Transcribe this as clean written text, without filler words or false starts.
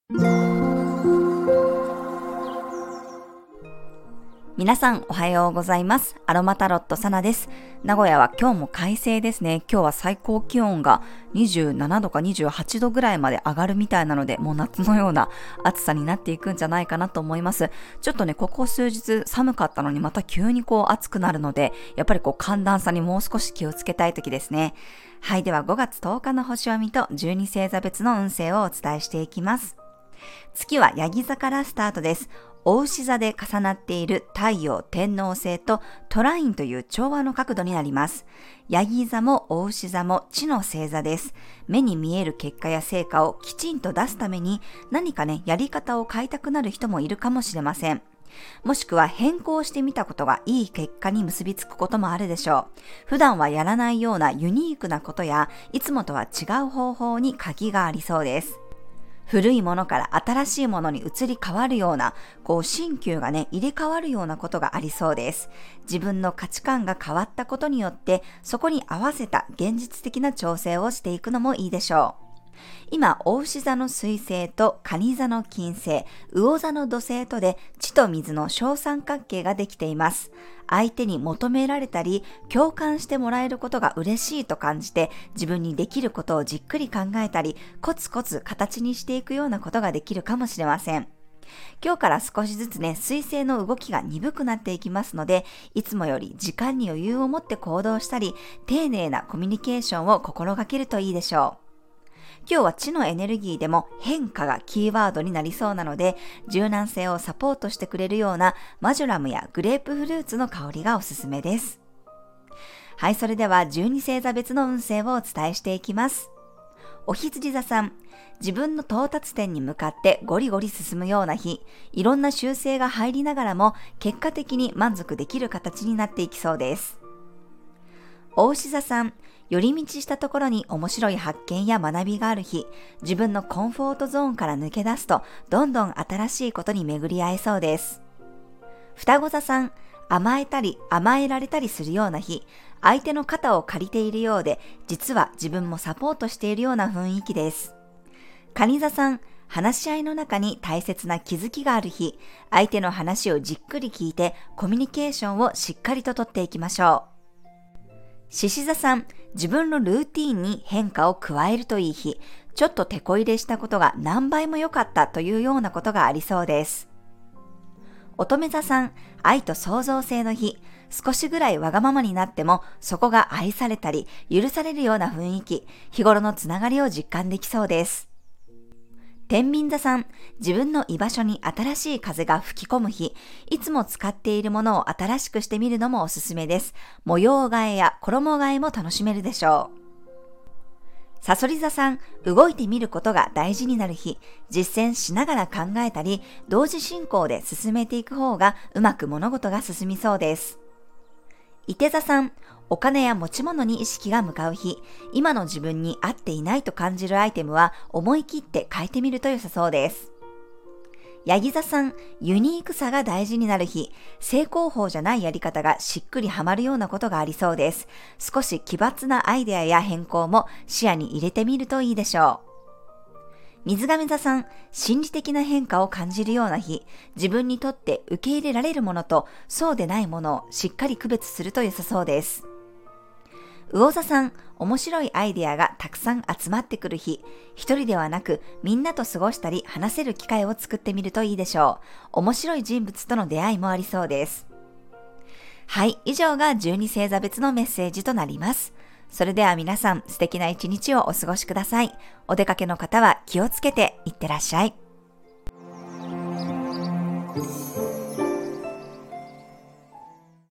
皆さんおはようございます。アロマタロットサナです。名古屋は今日も快晴ですね。今日は最高気温が27度か28度ぐらいまで上がるみたいなので、もう夏のような暑さになっていくんじゃないかなと思います。ちょっとね、ここ数日寒かったのにまた急に暑くなるので、やっぱり寒暖差にもう少し気をつけたい時ですね。はい、では5月10日の星読みと12星座別の運勢をお伝えしていきます。月はヤギ座からスタートです。牡牛座で重なっている太陽天王星とトラインという調和の角度になります。ヤギ座も牡牛座も地の星座です。目に見える結果や成果をきちんと出すために何かやり方を変えたくなる人もいるかもしれません。もしくは変更してみたことがいい結果に結びつくこともあるでしょう。普段はやらないようなユニークなことやいつもとは違う方法に鍵がありそうです。古いものから新しいものに移り変わるような、新旧が入れ替わるようなことがありそうです。自分の価値観が変わったことによって、そこに合わせた現実的な調整をしていくのもいいでしょう。今、牡牛座の水星と蟹座の金星、魚座の土星とで地と水の小三角形ができています。相手に求められたり、共感してもらえることが嬉しいと感じて、自分にできることをじっくり考えたり、コツコツ形にしていくようなことができるかもしれません。今日から少しずつ水星の動きが鈍くなっていきますので、いつもより時間に余裕を持って行動したり、丁寧なコミュニケーションを心がけるといいでしょう。今日は地のエネルギーでも変化がキーワードになりそうなので、柔軟性をサポートしてくれるようなマジュラムやグレープフルーツの香りがおすすめです。はい、それでは12星座別の運勢をお伝えしていきます。お羊座さん、自分の到達点に向かってゴリゴリ進むような日、いろんな修正が入りながらも結果的に満足できる形になっていきそうです。牡牛座さん、寄り道したところに面白い発見や学びがある日、自分のコンフォートゾーンから抜け出すと、どんどん新しいことに巡り合えそうです。双子座さん、甘えたり甘えられたりするような日、相手の肩を借りているようで、実は自分もサポートしているような雰囲気です。蟹座さん、話し合いの中に大切な気づきがある日、相手の話をじっくり聞いて、コミュニケーションをしっかりととっていきましょう。獅子座さん、自分のルーティーンに変化を加えるといい日、ちょっと手こ入れしたことが何倍も良かったというようなことがありそうです。乙女座さん、愛と創造性の日、少しぐらいわがままになってもそこが愛されたり許されるような雰囲気、日頃のつながりを実感できそうです。天秤座さん、自分の居場所に新しい風が吹き込む日、いつも使っているものを新しくしてみるのもおすすめです。模様替えや衣替えも楽しめるでしょう。蠍座さん、動いてみることが大事になる日、実践しながら考えたり、同時進行で進めていく方がうまく物事が進みそうです。射手座さん、お金や持ち物に意識が向かう日、今の自分に合っていないと感じるアイテムは思い切って変えてみると良さそうです。ヤギ座さん、ユニークさが大事になる日、正攻法じゃないやり方がしっくりはまるようなことがありそうです。少し奇抜なアイデアや変更も視野に入れてみるといいでしょう。水亀座さん、心理的な変化を感じるような日、自分にとって受け入れられるものとそうでないものをしっかり区別すると良さそうです。魚座さん、面白いアイデアがたくさん集まってくる日、一人ではなくみんなと過ごしたり話せる機会を作ってみるといいでしょう。面白い人物との出会いもありそうです。はい、以上が12星座別のメッセージとなります。それでは皆さん、素敵な一日をお過ごしください。お出かけの方は気をつけていってらっしゃい。